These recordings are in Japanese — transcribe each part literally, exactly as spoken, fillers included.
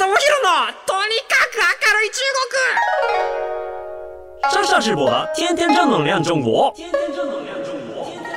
智弘のとにかく明るい中国。 上下直播的天天正能量中国。天天正能量中国。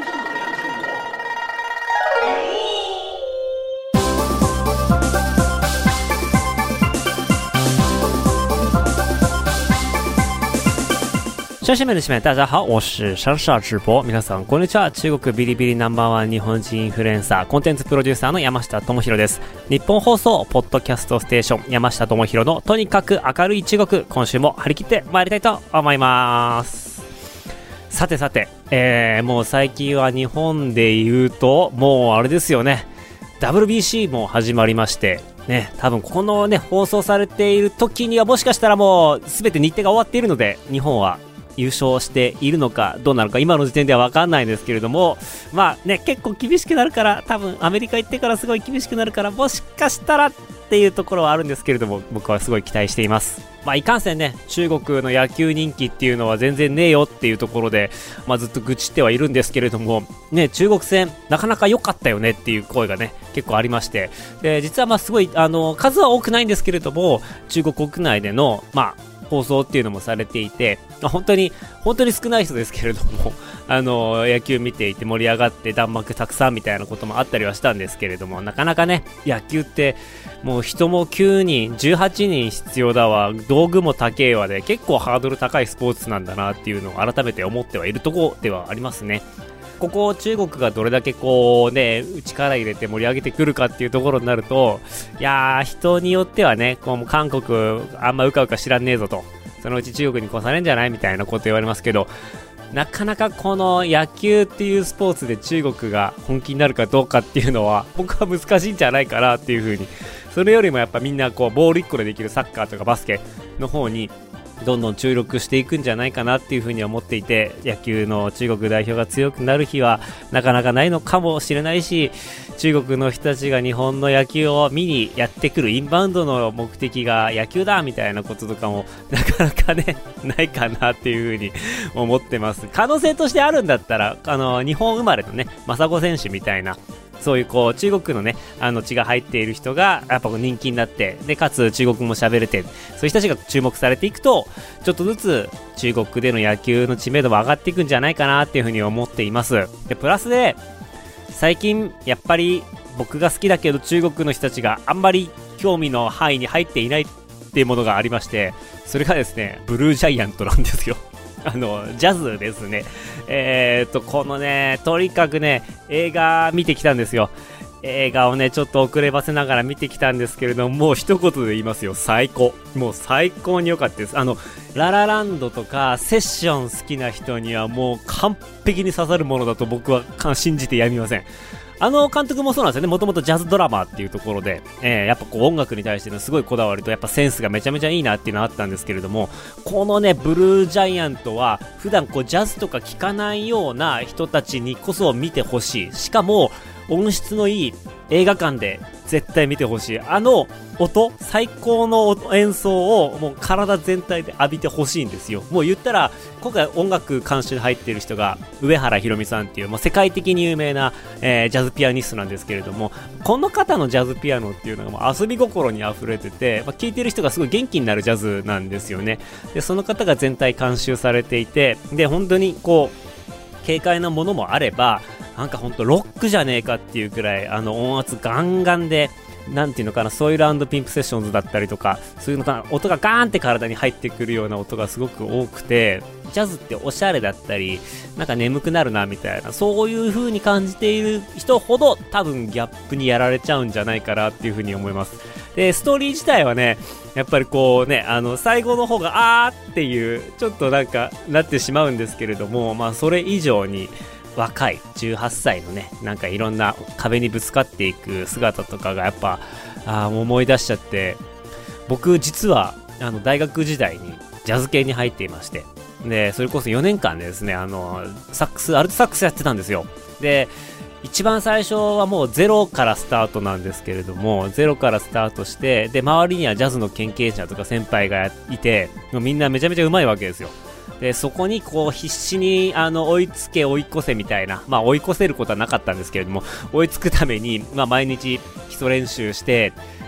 乡亲们的大家好，我是上下直播。皆さんこんにちは。中国ビリビリナンバーワン日本人インフルエンサー、コンテンツプロデューサーの山下智博です。日本放送ポッドキャストステーション山下智博のとにかく明るい中国、今週も張り切って参りたいと思います。さてさて、えー、もう最近は日本で言うともうあれですよね、 ダブリュービーシー も始まりましてね、多分このね放送されている時にはもしかしたらもう全て日程が終わっているので、日本は優勝しているのかどうなのか今の時点では分かんないんですけれども、まあね結構厳しくなるから、多分アメリカ行ってからすごい厳しくなるから、もしかしたらっていうところはあるんですけれども、僕はすごい期待しています。まあいかんせんね、中国の野球人気っていうのは全然ねえよっていうところで、まあずっと愚痴ってはいるんですけれどもね、中国戦なかなか良かったよねっていう声がね結構ありまして、で実はまあすごいあの数は多くないんですけれども、中国国内でのまあ放送っていうのもされていて、本当に本当に少ない人ですけれども、あの野球見ていて盛り上がって弾幕たくさんみたいなこともあったりはしたんですけれども、なかなかね野球ってもう人もきゅうにんじゅうはちにん必要だわ、道具も高えわで結構ハードル高いスポーツなんだなっていうのを改めて思ってはいるところではありますね。ここ中国がどれだけこうね力入れて盛り上げてくるかっていうところになると、いやー人によってはね、こう韓国あんまうかうか知らんねえぞと、そのうち中国に越されんじゃないみたいなこと言われますけど、なかなかこの野球っていうスポーツで中国が本気になるかどうかっていうのは僕は難しいんじゃないかなっていう風に、それよりもやっぱみんなこうボールいっこでできるサッカーとかバスケの方にどんどん注力していくんじゃないかなっていうふうに思っていて、野球の中国代表が強くなる日はなかなかないのかもしれないし、中国の人たちが日本の野球を見にやってくるインバウンドの目的が野球だみたいなこととかもなかなかねないかなっていうふうに思ってます。可能性としてあるんだったら、あの日本生まれのね真子選手みたいな、そういうこう中国のねあの血が入っている人がやっぱ人気になって、でかつ中国も喋れて、そういう人たちが注目されていくと、ちょっとずつ中国での野球の知名度も上がっていくんじゃないかなっていうふうに思っています。でプラスで最近やっぱり僕が好きだけど中国の人たちがあんまり興味の範囲に入っていないっていうものがありまして、それがですねブルージャイアントなんですよ。あのジャズですね。えー、っとこのねとにかくね映画見てきたんですよ。映画をねちょっと遅ればせながら見てきたんですけれども、もう一言で言いますよ、最高。もう最高に良かったです。あのララランドとかセッション好きな人にはもう完璧に刺さるものだと僕は信じてやみません。あの監督もそうなんですよね。もともとジャズドラマーっていうところで、えー、やっぱこう音楽に対してのすごいこだわりとやっぱセンスがめちゃめちゃいいなっていうのはあったんですけれども、このねブルージャイアントは普段こうジャズとか聴かないような人たちにこそ見てほしい。しかも音質のいい映画館で絶対見てほしい。あの音、最高の演奏をもう体全体で浴びてほしいんですよ。もう言ったら今回音楽監修に入っている人が上原ひろみさんっていうもう世界的に有名な、えー、ジャズピアニストなんですけれども、この方のジャズピアノっていうのがもう遊び心に溢れてて、まあ、聴いてる人がすごい元気になるジャズなんですよね。でその方が全体監修されていて、で本当にこう軽快なものもあれば、なんかほんとロックじゃねえかっていうくらいあの音圧ガンガンで、なんていうのかな、ソイル&ピンクセッションズだったりとか、そういうのかな、音がガーンって体に入ってくるような音がすごく多くて、ジャズっておしゃれだったりなんか眠くなるなみたいな、そういう風に感じている人ほど多分ギャップにやられちゃうんじゃないかなっていう風に思います。でストーリー自体はねやっぱりこうね、あの最後の方があーっていうちょっとなんかなってしまうんですけれども、まあそれ以上に若いじゅうはっさいのね、なんかいろんな壁にぶつかっていく姿とかがやっぱあ思い出しちゃって、僕実はあの大学時代にジャズ系に入っていまして、でそれこそよねんかんでですね、あのサックスアルトサックスやってたんですよ。で一番最初はもうゼロからスタートなんですけれども、ゼロからスタートして、で周りにはジャズの研究者とか先輩がいて、みんなめちゃめちゃうまいわけですよ。でそこにこう必死にあの追いつけ追い越せみたいな、まあ追い越せることはなかったんですけれども、追いつくために、まあ、毎日基礎練習して、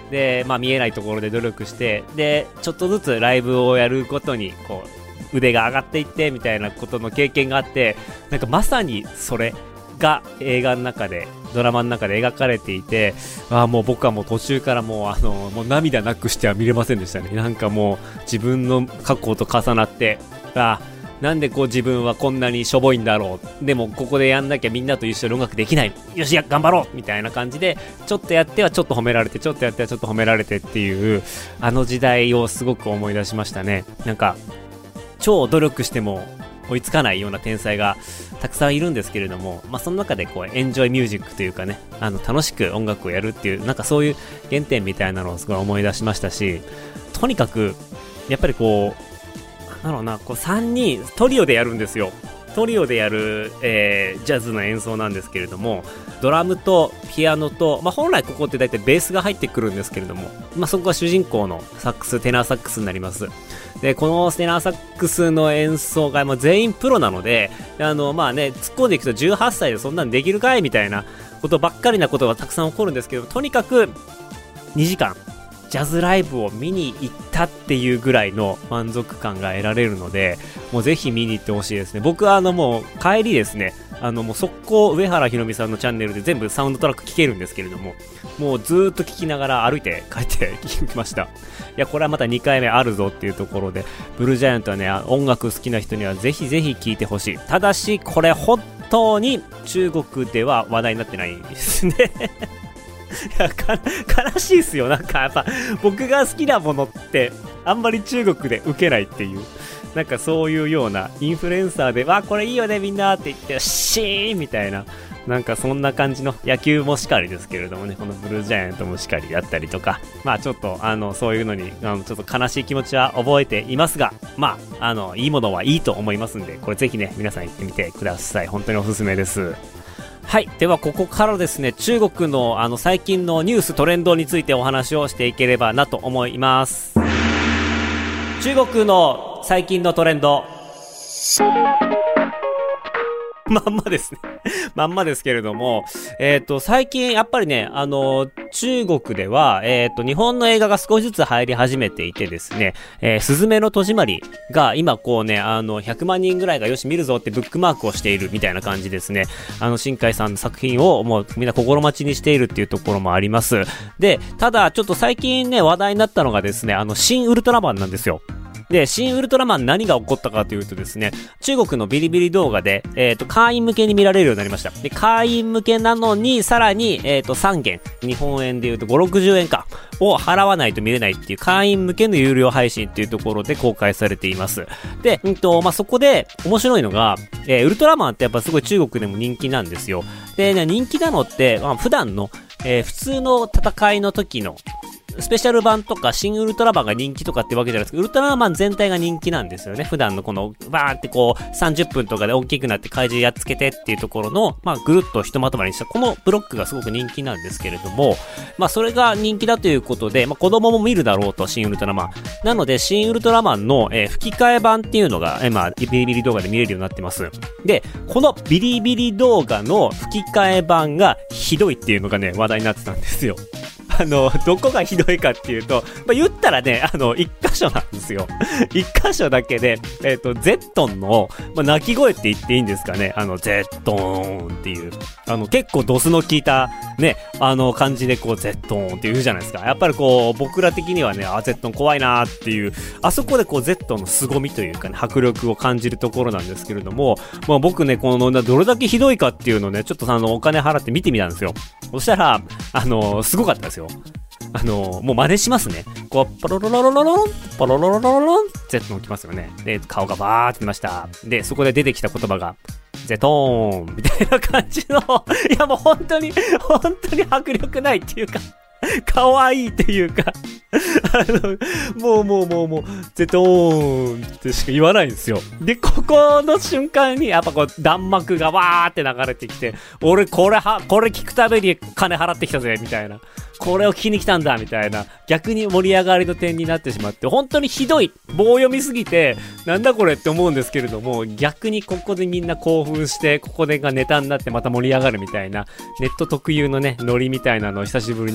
で、まあ見えないところで努力して、で、ちょっとずつライブをやることに、こう、腕が上がっていってみたいなことの経験があって、なんかまさにそれが映画の中で、ドラマの中で描かれていて、ああもう僕はもう途中からもうあのもう涙なくしては見れませんでしたね。なんかもう自分の過去と重なって、ああなんでこう自分はこんなにしょぼいんだろう、でもここでやんなきゃみんなと一緒に音楽できない、よしや頑張ろうみたいな感じで、ちょっとやってはちょっと褒められて、ちょっとやってはちょっと褒められてっていうあの時代をすごく思い出しましたね。なんか超努力しても追いつかないような天才がたくさんいるんですけれども、まあその中でこうエンジョイミュージックというかね、あの楽しく音楽をやるっていう、なんかそういう原点みたいなのをすごい思い出しましたし、とにかくやっぱりこうなんだろうな、こうさんにんトリオでやるんですよ。トリオでやる、えー、ジャズの演奏なんですけれども、ドラムとピアノと、まあ、本来ここって大体ベースが入ってくるんですけれども、まあ、そこが主人公のサックス、テナーサックスになります。で、このテナーサックスの演奏が、まあ、全員プロなので、あの、まあね、突っ込んでいくとじゅうはっさいでそんなんできるかいみたいなことばっかりなことがたくさん起こるんですけど、とにかくにじかん、ジャズライブを見に行ったっていうぐらいの満足感が得られるので、もうぜひ見に行ってほしいですね。僕はあのもう帰りですね、あのもう速攻上原ひろみさんのチャンネルで全部サウンドトラック聴けるんですけれども、もうずーっと聴きながら歩いて帰ってきました。いや、これはまたにかいめあるぞっていうところで、ブルージャイアントはね、音楽好きな人にはぜひぜひ聴いてほしい。ただしこれ本当に中国では話題になってないですね。いやか悲しいっすよ。なんかやっぱ僕が好きなものってあんまり中国で受けないっていう、なんかそういうようなインフルエンサーで、わこれいいよねみんなって言ってシーンみたいな、なんかそんな感じの、野球もしかりですけれどもね、このブルージャイアントもしかりだったりとか、まあちょっとあのそういうのにあのちょっと悲しい気持ちは覚えていますが、まああのいいものはいいと思いますんで、これぜひね皆さん行ってみてください。本当におすすめです。はい。では、ここからですね、中国のあの最近のニューストレンドについてお話をしていければなと思います。中国の最近のトレンド。まんまですね。まんまですけれども、えっと、最近、やっぱりね、あの、中国では、えっと、日本の映画が少しずつ入り始めていてですね、えー、すずめの戸締まりが今こうね、あの、ひゃくまんにんぐらいがよし見るぞってブックマークをしているみたいな感じですね。あの、新海さんの作品をもうみんな心待ちにしているっていうところもあります。で、ただ、ちょっと最近ね、話題になったのがですね、あの、新ウルトラマンなんですよ。で、新ウルトラマン何が起こったかというとですね、中国のビリビリ動画で、えっと、会員向けに見られるようになりました。で、会員向けなのに、さらに、えっと、さんげん、日本円で言うとごひゃくろくじゅうえんか、を払わないと見れないっていう会員向けの有料配信っていうところで公開されています。で、うんと、まあ、そこで面白いのが、えー、ウルトラマンってやっぱすごい中国でも人気なんですよ。で、ね、人気なのって、まあ、普段の、えー、普通の戦いの時の、スペシャル版とか新ウルトラマンが人気とかってわけじゃないですけど、ウルトラマン全体が人気なんですよね。普段のこのバーってこうさんじゅっぷんとかで大きくなって怪獣やっつけてっていうところの、まあぐるっとひとまとまりにしたこのブロックがすごく人気なんですけれども、まあそれが人気だということで、まあ子供も見るだろうと、新ウルトラマン。なので新ウルトラマンの、えー、吹き替え版っていうのが、えー、まあビリビリ動画で見れるようになってます。で、このビリビリ動画の吹き替え版がひどいっていうのがね、話題になってたんですよ。あの、どこがひどいかっていうと、まあ、言ったらね、あの、一箇所なんですよ。一箇所だけで、えっと、ゼットンの、まあ、鳴き声って言っていいんですかね。あの、ゼットーンっていう、あの、結構ドスの効いた、ね、あの、感じでこう、ゼットーンって言うじゃないですか。やっぱりこう、僕ら的にはね、あ、ゼットン怖いなーっていう、あそこでこう、ゼットンの凄みというかね、迫力を感じるところなんですけれども、まあ、僕ね、この、どれだけひどいかっていうのをね、ちょっとあの、お金払って見てみたんですよ。そしたら、あの、すごかったですよ。あのー、もう真似しますね。こう、ポロロロロロロン、ポロロロロロロン、ゼットン来ますよね。で、顔がバーって出ました。で、そこで出てきた言葉が、ゼトーンみたいな感じの、いやもう本当に、本当に迫力ないっていうか、可愛いっていうか、あの、もうもうもうもう、ゼトーンってしか言わないんですよ。で、ここの瞬間に、やっぱこう、弾幕がわーって流れてきて、俺これは、これ聞くために金払ってきたぜ、みたいな。これを聞きに来たんだ、みたいな。逆に盛り上がりの点になってしまって、本当にひどい、棒読みすぎて、なんだこれって思うんですけれども、逆にここでみんな興奮して、ここでがネタになってまた盛り上がるみたいな、ネット特有のね、ノリみたいなのを久しぶりに感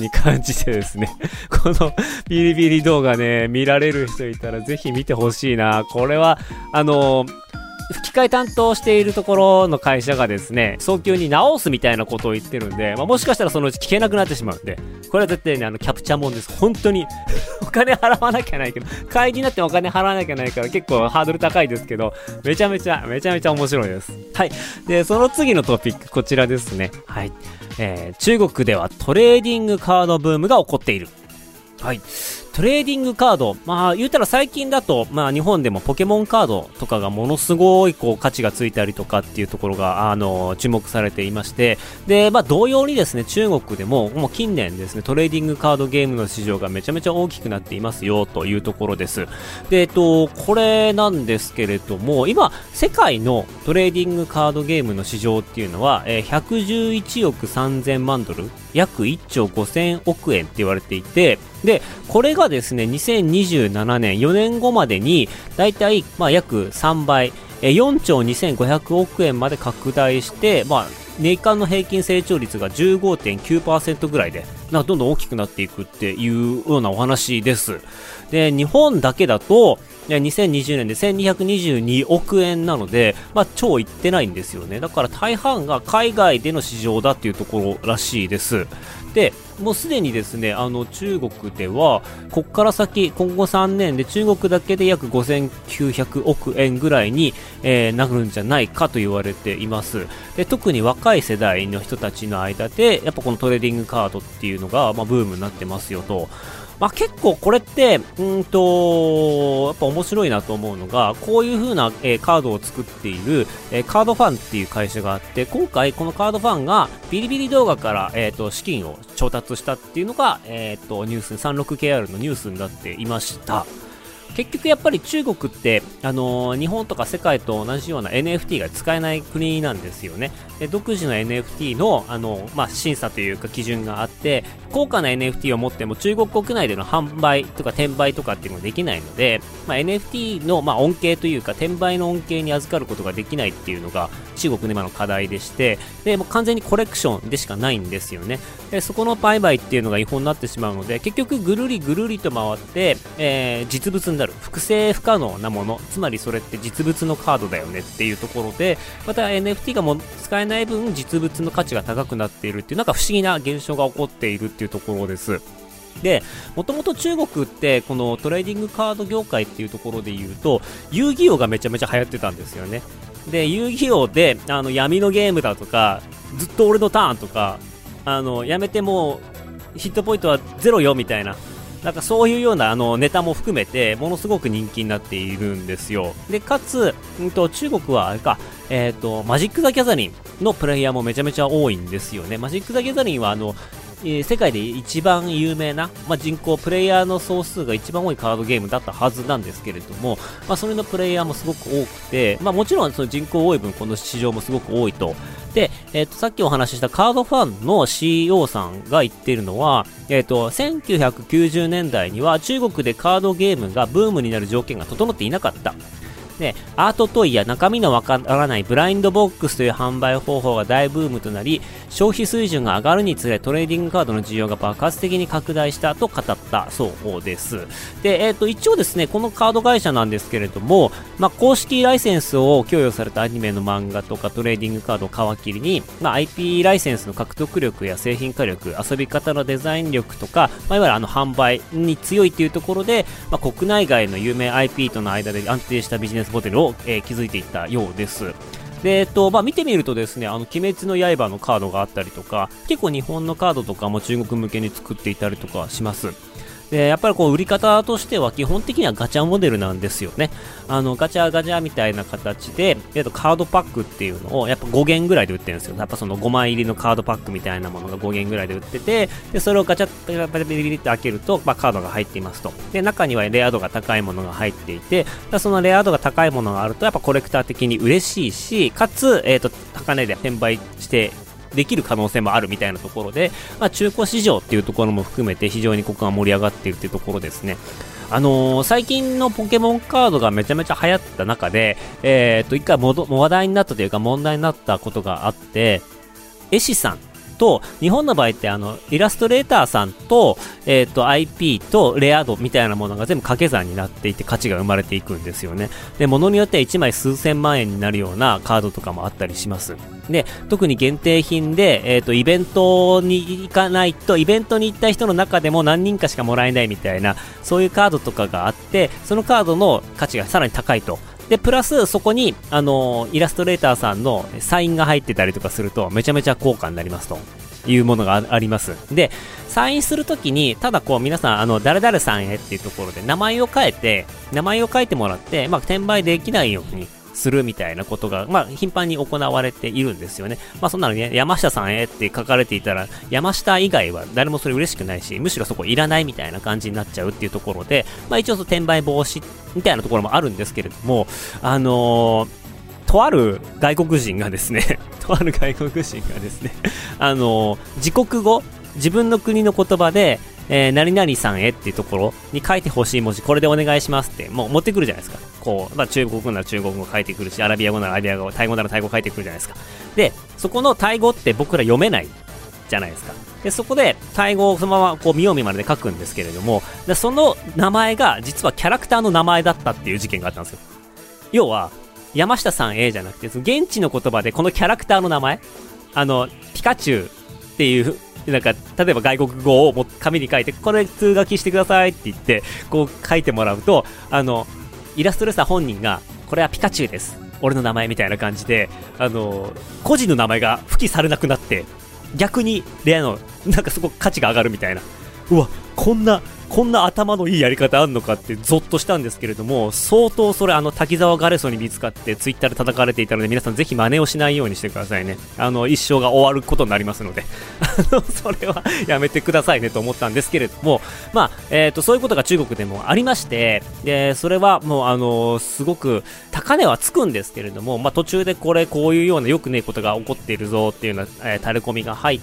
じでですね、このビリビリ動画ね、見られる人いたらぜひ見てほしいな。これは、あのー、吹き替え担当しているところの会社がですね、早急に直すみたいなことを言ってるんで、まあ、もしかしたらそのうち聞けなくなってしまうんで、これは絶対ね、あの、キャプチャーもんです。本当に、お金払わなきゃないけど、会議になってお金払わなきゃないから結構ハードル高いですけど、めちゃめちゃ、めちゃめちゃ面白いです。はい。で、その次のトピック、こちらですね。はい。えー、中国ではトレーディングカードブームが起こっている。はい。トレーディングカード。まあ、言うたら最近だと、まあ、日本でもポケモンカードとかがものすごい、こう、価値がついたりとかっていうところが、あの、注目されていまして、で、まあ、同様にですね、中国でも、もう近年ですね、トレーディングカードゲームの市場がめちゃめちゃ大きくなっていますよ、というところです。で、えっと、これなんですけれども、今、世界のトレーディングカードゲームの市場っていうのは、えー、ひゃくじゅういちおくさんぜんまんドル、約いっちょうごせんおくえんって言われていて、で、これがですね、にせんにじゅうななねん、よねんごまでに、だいたい、まあ、約さんばい、よんちょうにせんごひゃくおくえんまで拡大して、まあ、年間の平均成長率が じゅうごてんきゅうパーセント ぐらいで、なんかどんどん大きくなっていくっていうようなお話です。で、日本だけだと、にせんにじゅうねんでせんにひゃくにじゅうにおくえんなので、まあ、超いってないんですよね。だから大半が海外での市場だっていうところらしいです。で、もうすでにですね、あの中国では、こっから先、今後さんねんで中国だけで約ごせんきゅうひゃくおくえんぐらいに、えー、なるんじゃないかと言われています。で、特に若い世代の人たちの間で、やっぱこのトレーディングカードっていうのが、まあ、ブームになってますよと。まあ、結構これって、うんと、やっぱ面白いなと思うのが、こういう風な、えー、カードを作っている、えー、カードファンっていう会社があって、今回このカードファンがビリビリ動画から、えーと、資金を調達したっていうのが、えーと、ニュース、さんじゅうろくケーアール のニュースになっていました。結局やっぱり中国って、あのー、日本とか世界と同じような エヌエフティー が使えない国なんですよね。で、独自の エヌエフティー の、あのー、まあ、審査というか基準があって、高価な エヌエフティー を持っても中国国内での販売とか転売とかっていうのができないので、まあ、エヌエフティー の、まあ、恩恵というか転売の恩恵に預かることができないっていうのが中国の今の課題でして、で、もう完全にコレクションでしかないんですよね。で、そこの売買っていうのが違法になってしまうので、結局ぐるりぐるりと回って、えー、実物になる。複製不可能なもの。つまりそれって実物のカードだよねっていうところで、また エヌエフティー がも使えない分実物の価値が高くなっているっていう、なんか不思議な現象が起こっているっていうところです。で、もともと中国ってこのトレーディングカード業界っていうところで言うと、遊戯王がめちゃめちゃ流行ってたんですよね。で、遊戯王であの闇のゲームだとか、ずっと俺のターンとか、あのやめてもうヒットポイントはゼロよみたいな、なんかそういうようなあのネタも含めてものすごく人気になっているんですよ。で、かつ、うんと、中国はあれか、えっと、マジック・ザ・ギャザリンのプレイヤーもめちゃめちゃ多いんですよね。マジック・ザ・ギャザリンはあの、えー、世界で一番有名な、まあ、人口、プレイヤーの総数が一番多いカードゲームだったはずなんですけれども、まあ、それのプレイヤーもすごく多くて、まあ、もちろんその人口多い分この市場もすごく多いと。で、えっと、さっきお話ししたカードファンの シーイーオー さんが言っているのは、えっと、せんきゅうひゃくきゅうじゅうねんだいには中国でカードゲームがブームになる条件が整っていなかった。で、アートトイや中身のわからないブラインドボックスという販売方法が大ブームとなり、消費水準が上がるにつれトレーディングカードの需要が爆発的に拡大したと語ったそうです。で、えっと、一応ですね、このカード会社なんですけれども、まあ、公式ライセンスを供与されたアニメの漫画とかトレーディングカードを皮切りに、まあ、アイピー ライセンスの獲得力や製品化力、遊び方のデザイン力とか、まあ、いわゆるあの販売に強いというところで、まあ、国内外の有名 アイピー との間で安定したビジネスモデルを、えー、築いていったようです。で、えっと、まあ、見てみるとですね、あの、鬼滅の刃のカードがあったりとか、結構日本のカードとかも中国向けに作っていたりとかします。で、やっぱりこう売り方としては基本的にはガチャモデルなんですよね。あのガチャガチャみたいな形で、えっと、カードパックっていうのをやっぱごげんぐらいで売ってるんですよ。やっぱそのごまい入りのカードパックみたいなものがごげんぐらいで売ってて、でそれをガチャッとビリビリって開けると、まあ、カードが入っていますと。で、中にはレア度が高いものが入っていて、そのレア度が高いものがあるとやっぱコレクター的に嬉しいし、かつ、えっと、高値で転売してできる可能性もあるみたいなところで、まあ、中古市場っていうところも含めて非常にここが盛り上がっているっていうところですね。あのー、最近のポケモンカードがめちゃめちゃ流行った中で、えー、っと一回もど話題になったというか問題になったことがあって、絵師さんと、日本の場合ってあのイラストレーターさんと、えー、と アイピー とレア度みたいなものが全部掛け算になっていて価値が生まれていくんですよね。で、物によってはいちまい数千万円になるようなカードとかもあったりします。で、特に限定品で、えー、とイベントに行かないと、イベントに行った人の中でも何人かしかもらえないみたいな、そういうカードとかがあって、そのカードの価値がさらに高いと。で、プラスそこに、あのー、イラストレーターさんのサインが入ってたりとかするとめちゃめちゃ高価になりますというものが あ, あります。で、サインするときにただこう皆さんあの誰々さんへっていうところで名前を変えて名前を書いてもらって、まあ、転売できないようにするみたいなことが、まあ、頻繁に行われているんですよね。まあ、そんなのね、山下さんへって書かれていたら、山下以外は誰もそれ嬉しくないし、むしろそこいらないみたいな感じになっちゃうっていうところで、まあ、一応その転売防止みたいなところもあるんですけれども、あのー、とある外国人がですね、とある外国人がですね、あのー、自国語、自分の国の言葉で、えー、何々さんへっていうところに書いてほしい文字、これでお願いしますってもう持ってくるじゃないですか。こう、まあ、中国語なら中国語書いてくるし、アラビア語ならアラビア語、タイ語ならタイ語書いてくるじゃないですか。で、そこのタイ語って僕ら読めないじゃないですか。で、そこでタイ語をそのままこう見よう見まねで書くんですけれども、でその名前が実はキャラクターの名前だったっていう事件があったんですよ。要は山下さんへじゃなくて、その現地の言葉でこのキャラクターの名前、あのピカチュウっていうなんか例えば外国語を紙に書いてこれ通書きしてくださいって言ってこう書いてもらうと、あのイラストレーター本人がこれはピカチュウです、俺の名前みたいな感じで、あの個人の名前が付記されなくなって、逆にレアのなんかそこ価値が上がるみたいな、うわ、こんなこんな頭のいいやり方あんのかってゾッとしたんですけれども、相当それあの滝沢ガレソに見つかってツイッターで叩かれていたので、皆さんぜひ真似をしないようにしてくださいね。あの一生が終わることになりますのであのそれはやめてくださいねと思ったんですけれども、まあえーとそういうことが中国でもありまして、でそれはもうあのすごく高値はつくんですけれども、まあ、途中でこれこういうような良くねえことが起こっているぞっていうような、えー、タレコミが入って、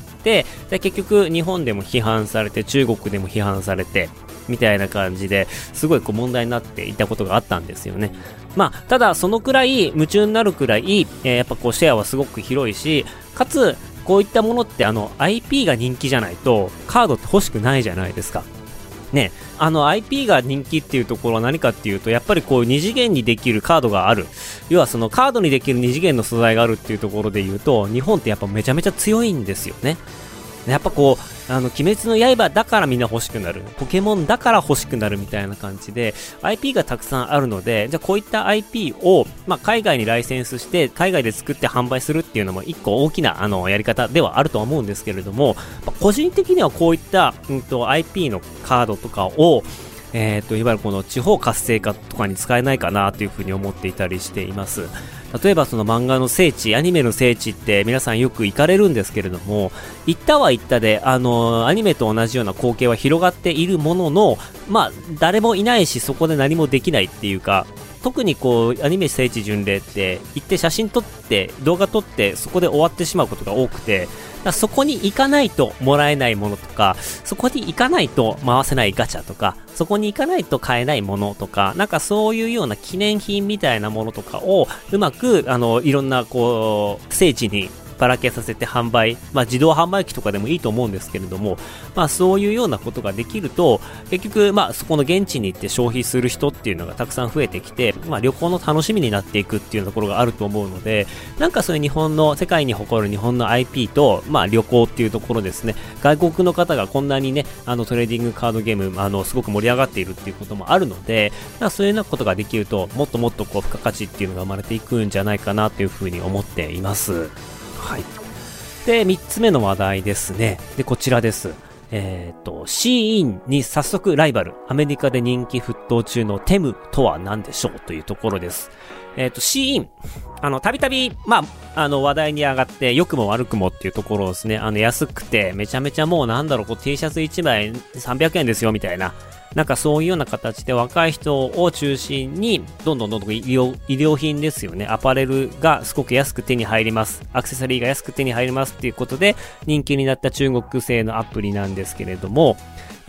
で結局日本でも批判されて中国でも批判されてみたいな感じですごいこう問題になっていたことがあったんですよね。まあただそのくらい夢中になるくらい、えー、やっぱこうシェアはすごく広いし、かつこういったものってあの アイピー が人気じゃないとカードって欲しくないじゃないですかね。あの アイピー が人気っていうところは何かっていうと、やっぱりこう二次元にできるカードがある、要はそのカードにできる二次元の素材があるっていうところで言うと、日本ってやっぱめちゃめちゃ強いんですよね。やっぱこうあの鬼滅の刃だからみんな欲しくなる、ポケモンだから欲しくなるみたいな感じで アイピー がたくさんあるので、じゃあこういった アイピー を、まあ、海外にライセンスして海外で作って販売するっていうのも一個大きなあのやり方ではあるとは思うんですけれども、まあ、個人的にはこういった、うん、と アイピー のカードとかをえーといわゆるこの地方活性化とかに使えないかなというふうに思っていたりしています。例えばその漫画の聖地、アニメの聖地って皆さんよく行かれるんですけれども、行ったは行ったであのアニメと同じような光景は広がっているものの、まあ誰もいないしそこで何もできないっていうか、特にこうアニメ聖地巡礼って行って写真撮って動画撮ってそこで終わってしまうことが多くて、だそこに行かないともらえないものとか、そこに行かないと回せないガチャとか、そこに行かないと買えないものとか、なんかそういうような記念品みたいなものとかをうまくあのいろんなこう聖地にばらけさせて販売、まあ自動販売機とかでもいいと思うんですけれども、まあそういうようなことができると、結局まあそこの現地に行って消費する人っていうのがたくさん増えてきて、まあ旅行の楽しみになっていくっていうところがあると思うので、なんかそういう日本の、世界に誇る日本の アイピー と、まあ旅行っていうところですね、外国の方がこんなにね、あのトレーディングカードゲーム、あのすごく盛り上がっているっていうこともあるので、まあそういうようなことができると、もっともっとこう付加価値っていうのが生まれていくんじゃないかなというふうに思っています。はい。で、みっつめの話題ですね。で、こちらです。えっと、シーインに早速ライバル、アメリカで人気沸騰中のテムとは何でしょうというところです。えっと、シーイン、あの、たびたび、まあ、あの、話題に上がって、良くも悪くもっていうところですね。あの、安くて、めちゃめちゃもうなんだろう、こう T シャツいちまいさんびゃくえんですよ、みたいな。なんかそういうような形で若い人を中心にどんどんどんどん医療、医療品ですよね、アパレルがすごく安く手に入ります、アクセサリーが安く手に入りますっていうことで人気になった中国製のアプリなんですけれども、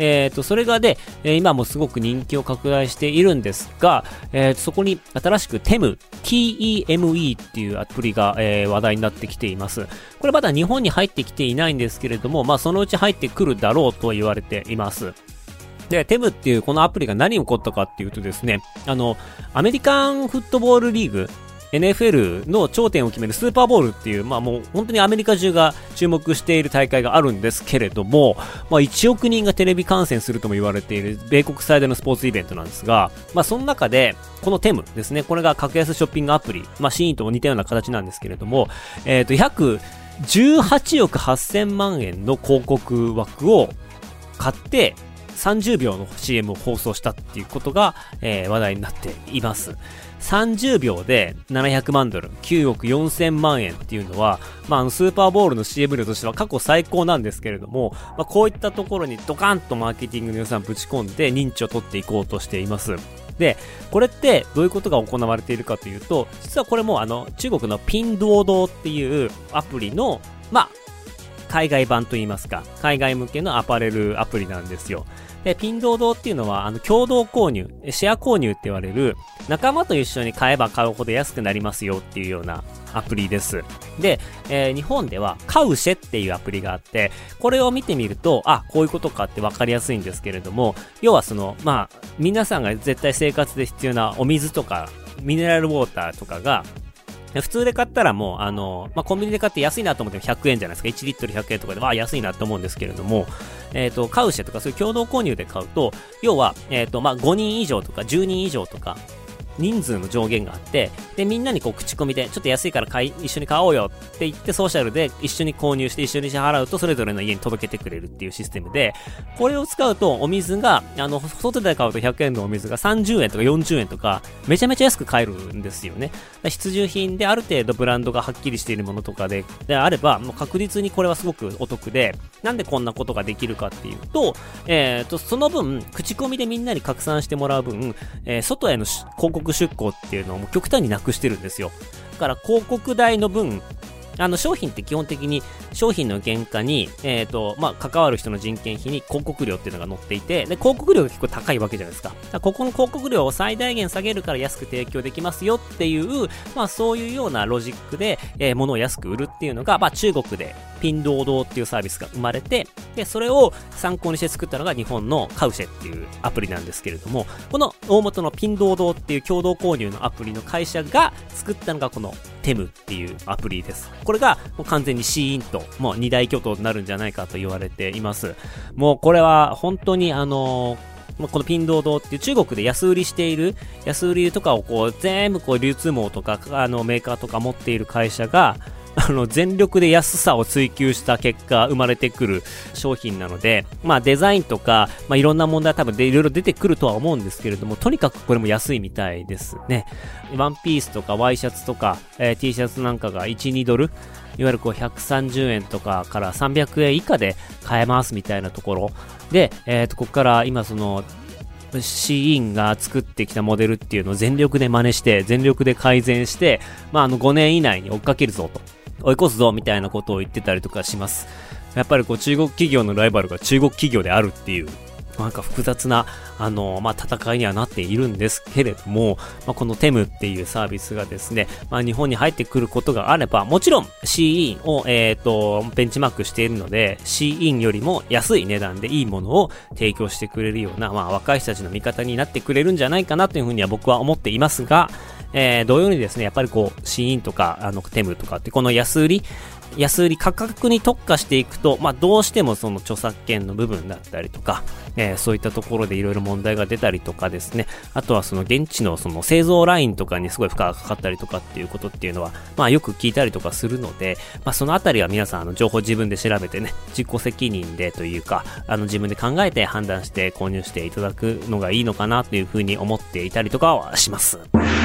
えっと、それがで、えー、今もすごく人気を拡大しているんですが、えー、そこに新しく テム、ティーイーエムイー っていうアプリが、えー、話題になってきています。これまだ日本に入ってきていないんですけれども、まあそのうち入ってくるだろうと言われています。で、テムっていうこのアプリが何を起こったかっていうとですね、あの、アメリカンフットボールリーグ、エヌエフエル の頂点を決めるスーパーボウルっていう、まあもう本当にアメリカ中が注目している大会があるんですけれども、まあいちおくにんがテレビ観戦するとも言われている米国最大のスポーツイベントなんですが、まあその中で、この テム ですね、これが格安ショッピングアプリ、まあシーインとも似たような形なんですけれども、えっと、約じゅうはちおくはっせんまんえんの広告枠を買って、さんじゅうびょうの シーエム を放送したっていうことが、えー、話題になっています。さんじゅうびょうでななひゃくまんドル、きゅうおくよんせんまんえんっていうのは、まあ、あのスーパーボウルの シーエム 量としては過去最高なんですけれども、まあ、こういったところにドカンとマーケティングの予算ぶち込んで認知を取っていこうとしています。で、これってどういうことが行われているかというと、実はこれもあの中国のピンドードーっていうアプリの、まあ、海外版といいますか、海外向けのアパレルアプリなんですよ。で、ピンドードーっていうのは、あの、共同購入、シェア購入って言われる、仲間と一緒に買えば買うほど安くなりますよっていうようなアプリです。で、えー、日本では、カウシェっていうアプリがあって、これを見てみると、あ、こういうことかって分かりやすいんですけれども、要はその、まあ、皆さんが絶対生活で必要なお水とか、ミネラルウォーターとかが、普通で買ったらもう、あの、まあ、コンビニで買って安いなと思ってもひゃくえんじゃないですか。いちリットルひゃくえんとかで、わあ、安いなと思うんですけれども、えっと、カウシェとかそういう共同購入で買うと、要は、えっと、まあ、ごにん以上とかじゅうにん以上とか、人数の上限があって、で、みんなにこう口コミで、ちょっと安いから買い、一緒に買おうよって言って、ソーシャルで一緒に購入して一緒に支払うと、それぞれの家に届けてくれるっていうシステムで、これを使うと、お水が、あの、外で買うとひゃくえんのお水がさんじゅうえんとかよんじゅうえんとか、めちゃめちゃ安く買えるんですよね。必需品である程度ブランドがはっきりしているものとかで、であれば、もう確実にこれはすごくお得で、なんでこんなことができるかっていうと、えっと、その分、口コミでみんなに拡散してもらう分、えー、外への広告出稿っていうのをもう極端になくしてるんですよ。だから広告代の分、あの商品って基本的に商品の原価に、えっと、まあ、関わる人の人件費に広告料っていうのが載っていて、で、広告料が結構高いわけじゃないですか。だからここの広告料を最大限下げるから安く提供できますよっていう、まあ、そういうようなロジックで、えー、物を安く売るっていうのが、まあ、中国でピンドードーっていうサービスが生まれて、で、それを参考にして作ったのが日本のカウシェっていうアプリなんですけれども、この大元のピンドードーっていう共同購入のアプリの会社が作ったのがこのテムっていうアプリです。これがもう完全にシーインともう二大巨頭になるんじゃないかと言われています。もうこれは本当にあのー、このピンドードーっていう中国で安売りしている安売りとかをこう全部こう流通網とかあのメーカーとか持っている会社があの全力で安さを追求した結果生まれてくる商品なので、まあデザインとか、まあいろんな問題は多分でいろいろ出てくるとは思うんですけれども、とにかくこれも安いみたいですね。ワンピースとかワイシャツとか、えー、T シャツなんかがいち、にドル、いわゆるこうひゃくさんじゅうえんとかからさんびゃくえん以下で買えますみたいなところで、えっと、ここから今その、シーインが作ってきたモデルっていうのを全力で真似して、全力で改善して、まああのごねん以内に追っかけるぞと。追い越すぞみたいなことを言ってたりとかします。やっぱりこう中国企業のライバルが中国企業であるっていうなんか複雑なあのまあ戦いにはなっているんですけれども、まあ、このテムっていうサービスがですね、まあ、日本に入ってくることがあればもちろん シーイン をえっとベンチマークしているので シーイン よりも安い値段でいいものを提供してくれるようなまあ若い人たちの味方になってくれるんじゃないかなというふうには僕は思っていますが。えー、同様にですね、やっぱりこう、シーインとか、あの、テムとかって、この安売り、安売り価格に特化していくと、まあ、どうしてもその著作権の部分だったりとか、えー、そういったところでいろいろ問題が出たりとかですね、あとはその現地のその製造ラインとかにすごい負荷がかかったりとかっていうことっていうのは、まあ、よく聞いたりとかするので、まあ、そのあたりは皆さん、あの、情報自分で調べてね、自己責任でというか、あの、自分で考えて判断して購入していただくのがいいのかなというふうに思っていたりとかはします。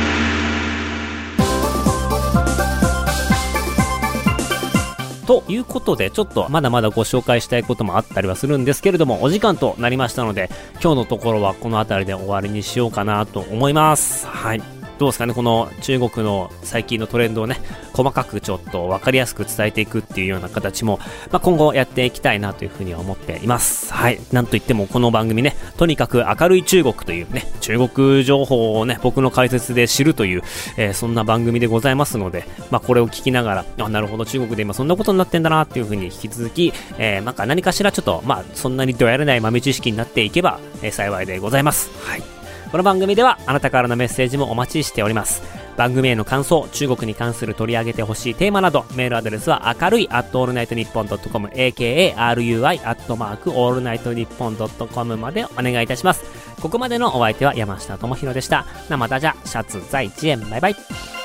ということで、ちょっとまだまだご紹介したいこともあったりはするんですけれども、お時間となりましたので、今日のところはこの辺りで終わりにしようかなと思います。はい。 どうですかね、この中国の最近のトレンドをね、細かくちょっと分かりやすく伝えていくっていうような形も、まあ、今後やっていきたいなというふうには思っています。はい。なんといってもこの番組ね、とにかく明るい中国というね、中国情報をね、僕の解説で知るという、えー、そんな番組でございますので、まあ、これを聞きながら、あ、なるほど、中国で今そんなことになってんだなっていうふうに引き続き、えー、なんか何かしらちょっと、まあ、そんなにどやれない豆知識になっていけば、えー、幸いでございます。はい。この番組ではあなたからのメッセージもお待ちしております。番組への感想、中国に関する取り上げてほしいテーマなど、メールアドレスは明るい アットオールナイトニッポンドットコム エーケーエーアールユーアイ アットマークオールナイトニッポンドットコムまでお願いいたします。ここまでのお相手は山下智博でした。なまたじゃ、シャツ在地園、バイバイ。